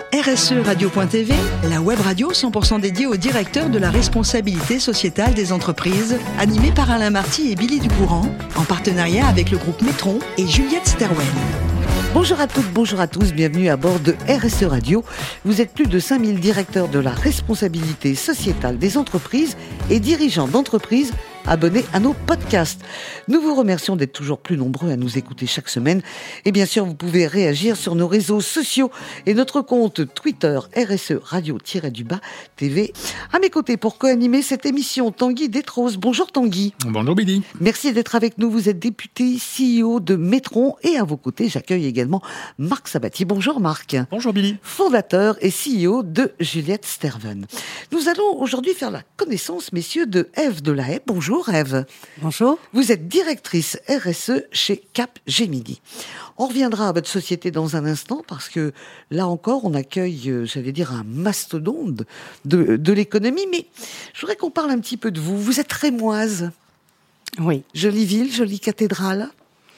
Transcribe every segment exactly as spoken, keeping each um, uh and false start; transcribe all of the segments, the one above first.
R S E Radio point T V, la web radio cent pour cent dédiée au directeur de la responsabilité sociétale des entreprises, animée par Alain Marty et Billy Ducourant, en partenariat avec le groupe Metron et Juliette Sterwen. Bonjour à toutes, bonjour à tous, bienvenue à bord de R S E Radio. Vous êtes plus de cinq mille directeurs de la responsabilité sociétale des entreprises et dirigeants d'entreprises abonnés à nos podcasts. Nous vous remercions d'être toujours plus nombreux à nous écouter chaque semaine. Et bien sûr, vous pouvez réagir sur nos réseaux sociaux et notre compte Twitter R S E Radio-du-bas T V. À mes côtés pour co-animer cette émission, Tanguy Détrose. Bonjour Tanguy. Bonjour Billy. Merci d'être avec nous. Vous êtes député C E O de Metron et à vos côtés, j'accueille également Marc Sabatier. Bonjour Marc. Bonjour Billy. Fondateur et C E O de Juliette Sterwen. Nous allons aujourd'hui faire la connaissance, messieurs, de Ève Delahaye. Bonjour. Ève. Bonjour. Vous êtes directrice R S E chez Capgemini. On reviendra à votre société dans un instant parce que là encore, on accueille, j'allais dire, un mastodonte de, de l'économie. Mais je voudrais qu'on parle un petit peu de vous. Vous êtes rémoise. Oui. Jolie ville, jolie cathédrale.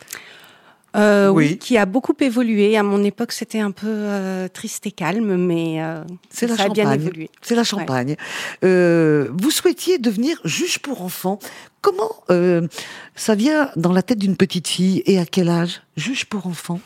Euh, oui. oui, qui a beaucoup évolué. À mon époque, c'était un peu euh, triste et calme, mais euh, c'est ça la a Champagne. bien évolué. C'est la Champagne. Ouais. Euh, vous souhaitiez devenir juge pour enfants. Comment euh, ça vient dans la tête d'une petite fille et à quel âge? Juge pour enfants.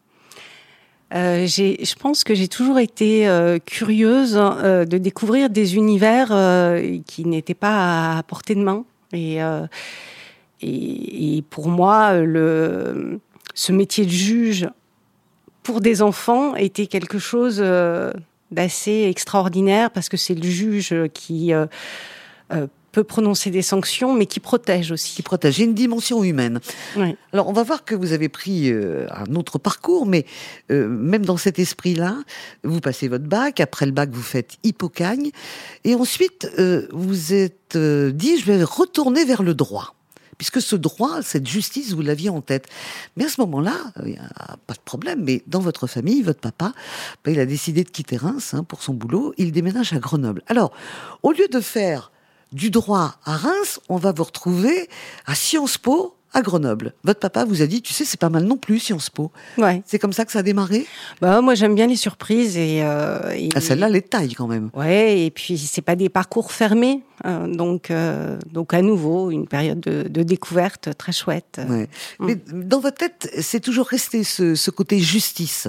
euh, j'ai, je pense que j'ai toujours été euh, curieuse euh, de découvrir des univers euh, qui n'étaient pas à portée de main. Et, euh, et, et pour moi, le ce métier de juge pour des enfants était quelque chose euh, d'assez extraordinaire parce que c'est le juge qui euh, euh, peut prononcer des sanctions, mais qui protège aussi. Qui protège. Il y a une dimension humaine. Oui. Alors, on va voir que vous avez pris euh, un autre parcours, mais euh, même dans cet esprit-là, vous passez votre bac. Après le bac, vous faites Hippocagne. Et ensuite, euh, vous êtes euh, dit, je vais retourner vers le droit. Puisque ce droit, cette justice, vous l'aviez en tête. Mais à ce moment-là, il n'y a pas de problème, mais dans votre famille, votre papa, ben, il a décidé de quitter Reims hein, pour son boulot, il déménage à Grenoble. Alors, au lieu de faire du droit à Reims, on va vous retrouver à Sciences Po, à Grenoble. Votre papa vous a dit, tu sais, c'est pas mal non plus, Sciences Po. Ouais. C'est comme ça que ça a démarré? Bah, moi, j'aime bien les surprises. Et, euh, et... Ah, celle-là, les tailles quand même. Ouais, et puis c'est pas des parcours fermés. Euh, donc, euh, donc, à nouveau, une période de, de découverte très chouette. Ouais. Mmh. Mais dans votre tête, c'est toujours resté ce, ce côté justice.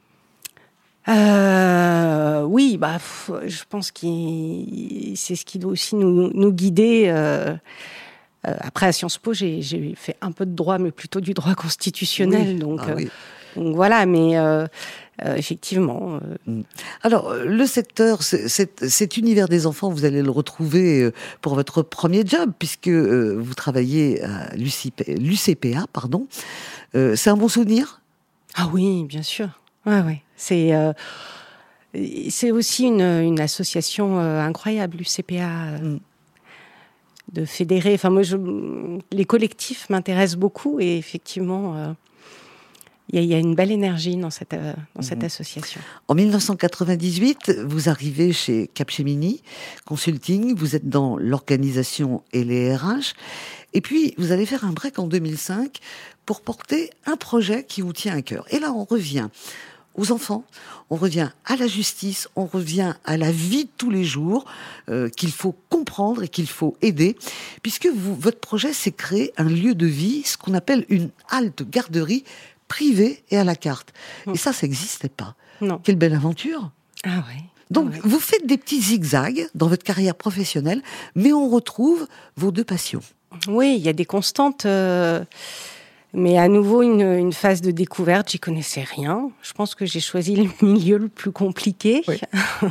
Euh, oui, bah, je pense que c'est ce qui doit aussi nous, nous guider. Euh, euh, après, à Sciences Po, j'ai, j'ai fait un peu de droit, mais plutôt du droit constitutionnel. Oui. Donc, ah, oui. euh, donc voilà, mais euh, euh, effectivement. Euh... Alors, le secteur, c'est, c'est, cet univers des enfants, vous allez le retrouver pour votre premier job, puisque euh, vous travaillez à l'U C P A, pardon. Euh, c'est un bon souvenir? Ah oui, bien sûr. Ouais, ouais. C'est, euh, c'est aussi une, une association euh, incroyable, l'U C P A, euh, mm. de fédérer. Enfin, moi, je, les collectifs m'intéressent beaucoup et effectivement, il euh, y, y a une belle énergie dans cette, euh, dans mm-hmm. cette association. En dix-neuf cent quatre-vingt-dix-huit, vous arrivez chez Capgemini Consulting, vous êtes dans l'organisation et les R H, et puis vous allez faire un break en deux mille cinq pour porter un projet qui vous tient à cœur. Et là, on revient aux enfants, on revient à la justice, on revient à la vie de tous les jours euh, qu'il faut comprendre et qu'il faut aider, puisque vous, votre projet, c'est créer un lieu de vie, ce qu'on appelle une halte garderie privée et à la carte. Mmh. Et ça, ça n'existait pas. Non. Quelle belle aventure. Ah ouais. Donc, ah ouais. vous faites des petits zigzags dans votre carrière professionnelle, mais on retrouve vos deux passions. Oui, il y a des constantes... Euh... Mais à nouveau, une, une phase de découverte, j'y connaissais rien. Je pense que j'ai choisi le milieu le plus compliqué. Oui.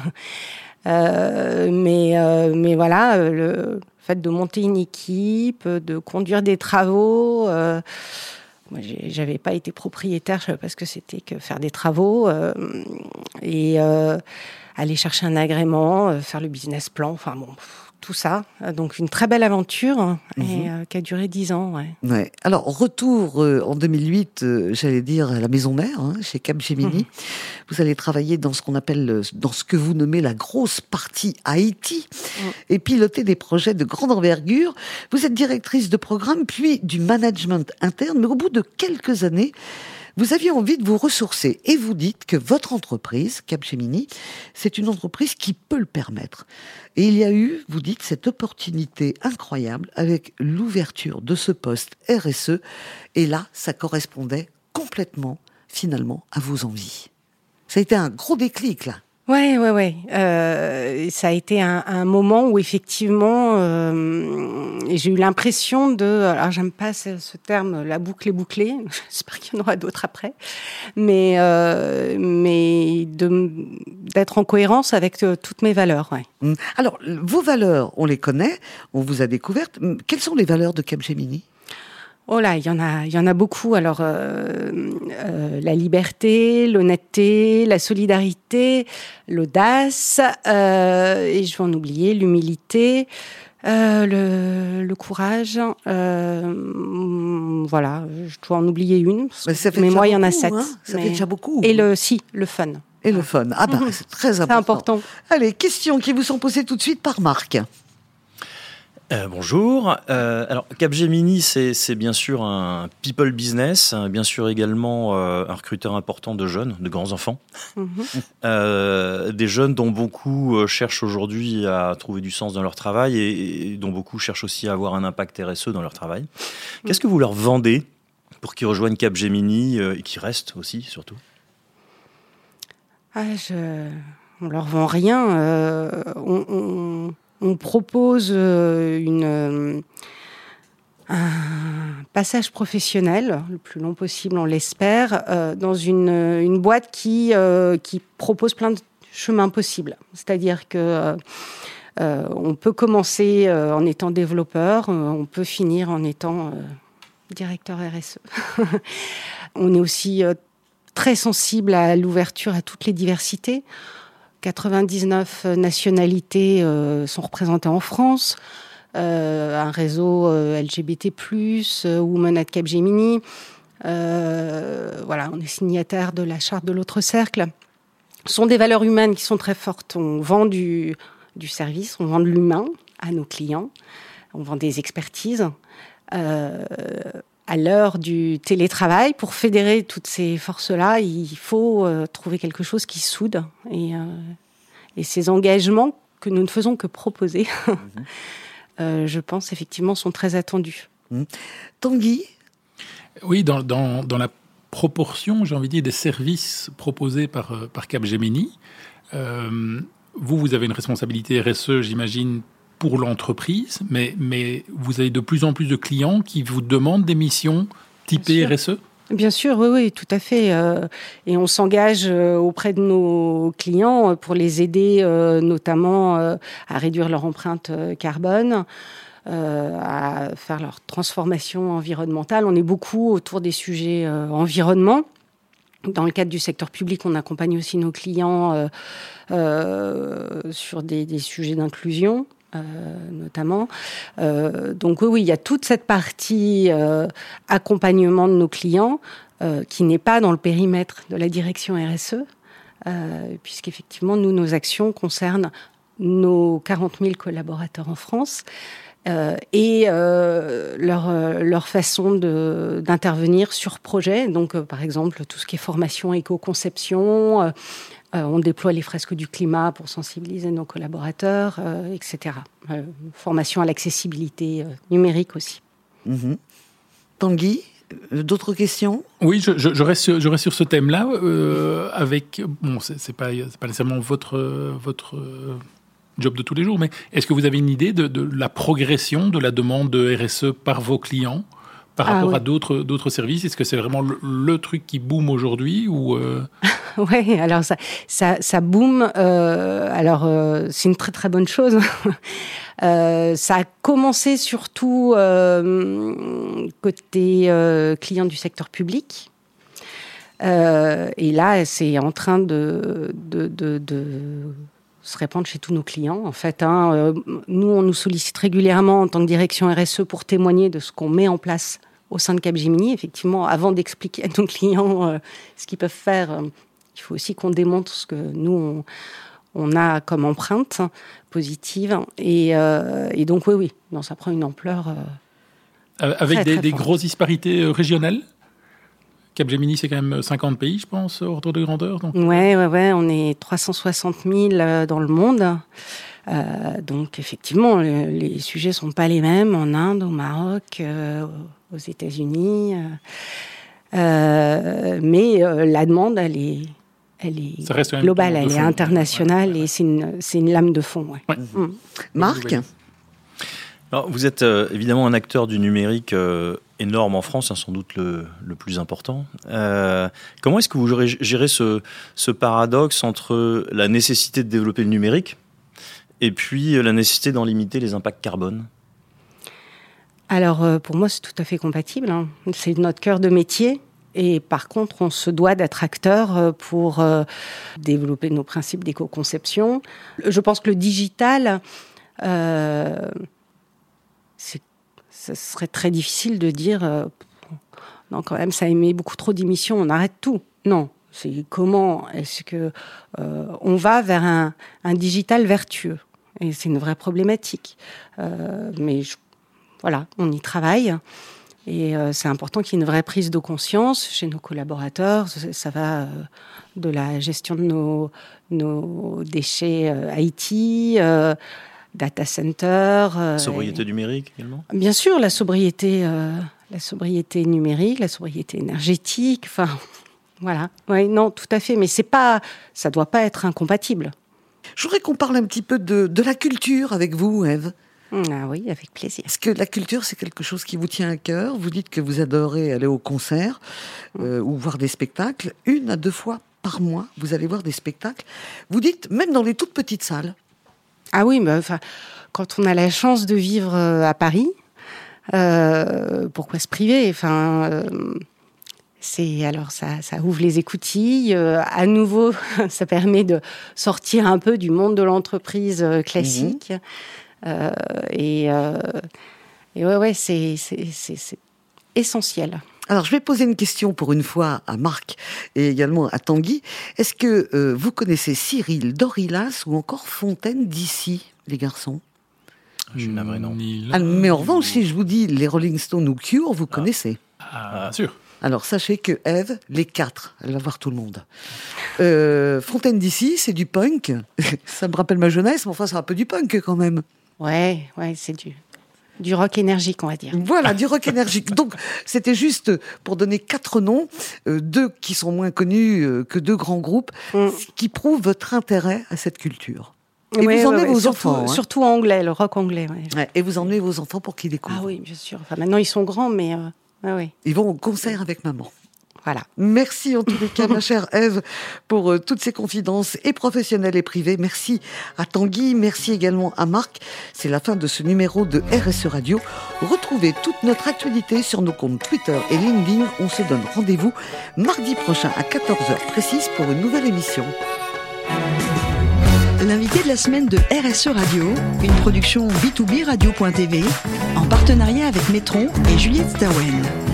euh, mais, euh, mais voilà, le fait de monter une équipe, de conduire des travaux. Euh, moi, j'ai, j'avais pas été propriétaire, je savais pas ce que c'était que faire des travaux. Euh, et euh, aller chercher un agrément, euh, faire le business plan, enfin bon... tout ça, donc une très belle aventure mmh. et euh, qui a duré dix ans. Ouais. Ouais. Alors retour euh, en deux mille huit, euh, j'allais dire à la maison mère, hein, chez Capgemini. Mmh. Vous allez travailler dans ce qu'on appelle, dans ce que vous nommez la grosse partie I T, mmh. et piloter des projets de grande envergure. Vous êtes directrice de programme, puis du management interne, mais au bout de quelques années, vous aviez envie de vous ressourcer et vous dites que votre entreprise, Capgemini, c'est une entreprise qui peut le permettre. Et il y a eu, vous dites, cette opportunité incroyable avec l'ouverture de ce poste R S E. Et là, ça correspondait complètement, finalement, à vos envies. Ça a été un gros déclic, là. Ouais, ouais, ouais. Euh, ça a été un, un moment où effectivement, euh, j'ai eu l'impression de, alors j'aime pas ce, ce terme, la boucle est bouclée. J'espère qu'il y en aura d'autres après, mais euh, mais de d'être en cohérence avec euh, toutes mes valeurs. Ouais. Alors, vos valeurs, on les connaît, on vous a découvertes. Quelles sont les valeurs de Capgemini ? Oh là, il y en a, il y en a beaucoup. Alors, euh, euh, la liberté, l'honnêteté, la solidarité, l'audace, euh, et je vais en oublier, l'humilité, euh, le, le courage. Euh, voilà, je dois en oublier une. Mais, ça fait mais moi, il y en a beaucoup, sept. Hein ça mais... fait déjà beaucoup. Et le si, le fun. Et le fun. Ah bah, mmh. c'est très important. C'est important. Allez, questions qui vous sont posées tout de suite par Marc. Euh, bonjour. Euh, alors Capgemini, c'est, c'est bien sûr un people business, hein, bien sûr également euh, un recruteur important de jeunes, de grands enfants, mm-hmm. euh, des jeunes dont beaucoup euh, cherchent aujourd'hui à trouver du sens dans leur travail et, et dont beaucoup cherchent aussi à avoir un impact R S E dans leur travail. Mm-hmm. Qu'est-ce que vous leur vendez pour qu'ils rejoignent Capgemini euh, et qu'ils restent aussi, surtout ? Ah, je... on leur vend rien. Euh, on... on... On propose une, un passage professionnel, le plus long possible, on l'espère, euh, dans une, une boîte qui, euh, qui propose plein de chemins possibles. C'est-à-dire que euh, on peut commencer euh, en étant développeur, euh, on peut finir en étant euh, directeur R S E. On est aussi euh, très sensible à l'ouverture à toutes les diversités. quatre-vingt-dix-neuf nationalités euh, sont représentées en France, euh, un réseau euh, L G B T plus, euh, Women at Capgemini. Euh, voilà, on est signataire de la charte de l'autre cercle. Ce sont des valeurs humaines qui sont très fortes. On vend du, du service, on vend de l'humain à nos clients, on vend des expertises. Euh, à l'heure du télétravail, pour fédérer toutes ces forces-là, il faut euh, trouver quelque chose qui soude. Et, euh, et ces engagements que nous ne faisons que proposer, mmh. euh, je pense, effectivement, sont très attendus. Mmh. Tanguy ? Oui, dans, dans, dans la proportion, j'ai envie de dire, des services proposés par, par Capgemini, euh, vous, vous avez une responsabilité R S E, j'imagine, pour l'entreprise, mais, mais vous avez de plus en plus de clients qui vous demandent des missions typées R S E ? Bien sûr, oui, oui, tout à fait. Euh, et on s'engage euh, auprès de nos clients pour les aider, euh, notamment euh, à réduire leur empreinte euh, carbone, euh, à faire leur transformation environnementale. On est beaucoup autour des sujets euh, environnement. Dans le cadre du secteur public, on accompagne aussi nos clients euh, euh, sur des, des sujets d'inclusion. Euh, notamment. Euh, donc oui, oui, il y a toute cette partie euh, accompagnement de nos clients euh, qui n'est pas dans le périmètre de la direction R S E, euh, puisqu'effectivement, nous, nos actions concernent nos quarante mille collaborateurs en France euh, et euh, leur, leur façon de, d'intervenir sur projet. Donc, euh, par exemple, tout ce qui est formation, éco-conception, euh, Euh, on déploie les fresques du climat pour sensibiliser nos collaborateurs, euh, et cetera. Euh, formation à l'accessibilité euh, numérique aussi. Mmh. Tanguy, d'autres questions ? Oui, je, je, je, reste, je reste sur ce thème-là. Euh, avec, bon, c'est, c'est pas, c'est pas nécessairement votre, votre job de tous les jours, mais est-ce que vous avez une idée de, de la progression de la demande de R S E par vos clients par rapport ah, oui. à d'autres, d'autres services ? Est-ce que c'est vraiment le, le truc qui boom aujourd'hui ou euh... Oui, alors ça, ça, ça boom. Euh, alors euh, c'est une très très bonne chose. euh, ça a commencé surtout euh, côté euh, client du secteur public. Euh, et là, c'est en train de, de, de, de se répandre chez tous nos clients. En fait, hein, euh, nous, on nous sollicite régulièrement en tant que direction R S E pour témoigner de ce qu'on met en place au sein de Capgemini. Effectivement, avant d'expliquer à nos clients euh, ce qu'ils peuvent faire, euh, il faut aussi qu'on démontre ce que nous, on, on a comme empreinte positive. Et, euh, et donc, oui, oui, non, ça prend une ampleur euh, Avec très, des, très des grosses disparités régionales ? Capgemini, c'est quand même cinquante pays, je pense, ordre de grandeur. Donc. Ouais, ouais, ouais, on est trois cent soixante mille dans le monde. Euh, donc, effectivement, le, les sujets sont pas les mêmes en Inde, au Maroc, euh, aux États-Unis. Euh, mais euh, la demande, elle est, elle est Ça reste globale, elle fond, est internationale ouais, ouais, ouais. et c'est une, c'est une lame de fond. Ouais. Ouais. Mmh. Marc ? Alors, vous êtes euh, évidemment un acteur du numérique euh, énorme en France, hein, sans doute le, le plus important. Euh, comment est-ce que vous gérez, gérez ce, ce paradoxe entre la nécessité de développer le numérique et puis euh, la nécessité d'en limiter les impacts carbone ? Alors, euh, pour moi, c'est tout à fait compatible. Hein. C'est notre cœur de métier. Et par contre, on se doit d'être acteur pour euh, développer nos principes d'éco-conception. Je pense que le digital... Euh, C'est, ce serait très difficile de dire euh, non, quand même, ça émet beaucoup trop d'émissions, on arrête tout. Non, c'est comment est-ce que euh, on va vers un, un digital vertueux. Et c'est une vraie problématique. Euh, mais je, voilà, on y travaille. Et euh, c'est important qu'il y ait une vraie prise de conscience chez nos collaborateurs. Ça, ça va euh, de la gestion de nos, nos déchets euh, I T, euh, data center. Euh, Sobriété et... numérique également ? Bien sûr, la sobriété, euh, la sobriété numérique, la sobriété énergétique. Enfin, voilà. Oui, non, tout à fait. Mais c'est pas, ça doit pas être incompatible. Je voudrais qu'on parle un petit peu de, de la culture avec vous, Ève. Ah oui, avec plaisir. Est-ce que la culture, c'est quelque chose qui vous tient à cœur ? Vous dites que vous adorez aller au concert euh, ou voir des spectacles. Une à deux fois par mois, vous allez voir des spectacles. Vous dites, même dans les toutes petites salles. Ah oui, mais enfin, quand on a la chance de vivre à Paris, euh, pourquoi se priver ? Enfin, euh, c'est alors ça, ça ouvre les écoutilles. Euh, à nouveau, ça permet de sortir un peu du monde de l'entreprise classique. Mmh. Euh, et, euh, et ouais, ouais, c'est, c'est, c'est, c'est essentiel. Alors, je vais poser une question pour une fois à Marc et également à Tanguy. Est-ce que euh, vous connaissez Cyril Dorilas ou encore Fontaine d'ici, les garçons ? Je suis navré, non. Ah, mais en revanche, si je vous dis les Rolling Stones ou Cure, vous ah. connaissez. Ah, bien sûr. Alors, sachez que Ève, les quatre, elle va voir tout le monde. Euh, Fontaine d'ici, c'est du punk. Ça me rappelle ma jeunesse, mais enfin, c'est un peu du punk quand même. Ouais, ouais, c'est du, du rock énergique, on va dire. Voilà, du rock énergique. Donc, c'était juste pour donner quatre noms, euh, deux qui sont moins connus euh, que deux grands groupes, mm. qui prouvent votre intérêt à cette culture. Et ouais, vous emmenez ouais, vos surtout, enfants. Hein. Surtout anglais, le rock anglais. Ouais. Ouais, et vous emmenez vos enfants pour qu'ils découvrent. Ah oui, bien sûr. Enfin, maintenant, ils sont grands, mais... Euh, ouais, ouais. Ils vont au concert avec maman. Voilà. Merci en tous les cas, ma chère Ève, pour euh, toutes ces confidences et professionnelles et privées. Merci à Tanguy, merci également à Marc. C'est la fin de ce numéro de R S E Radio. Retrouvez toute notre actualité sur nos comptes Twitter et LinkedIn. On se donne rendez-vous mardi prochain à quatorze heures précise pour une nouvelle émission. L'invité de la semaine de R S E Radio, une production B deux B radio point T V, en partenariat avec Metron et Juliette Stawen.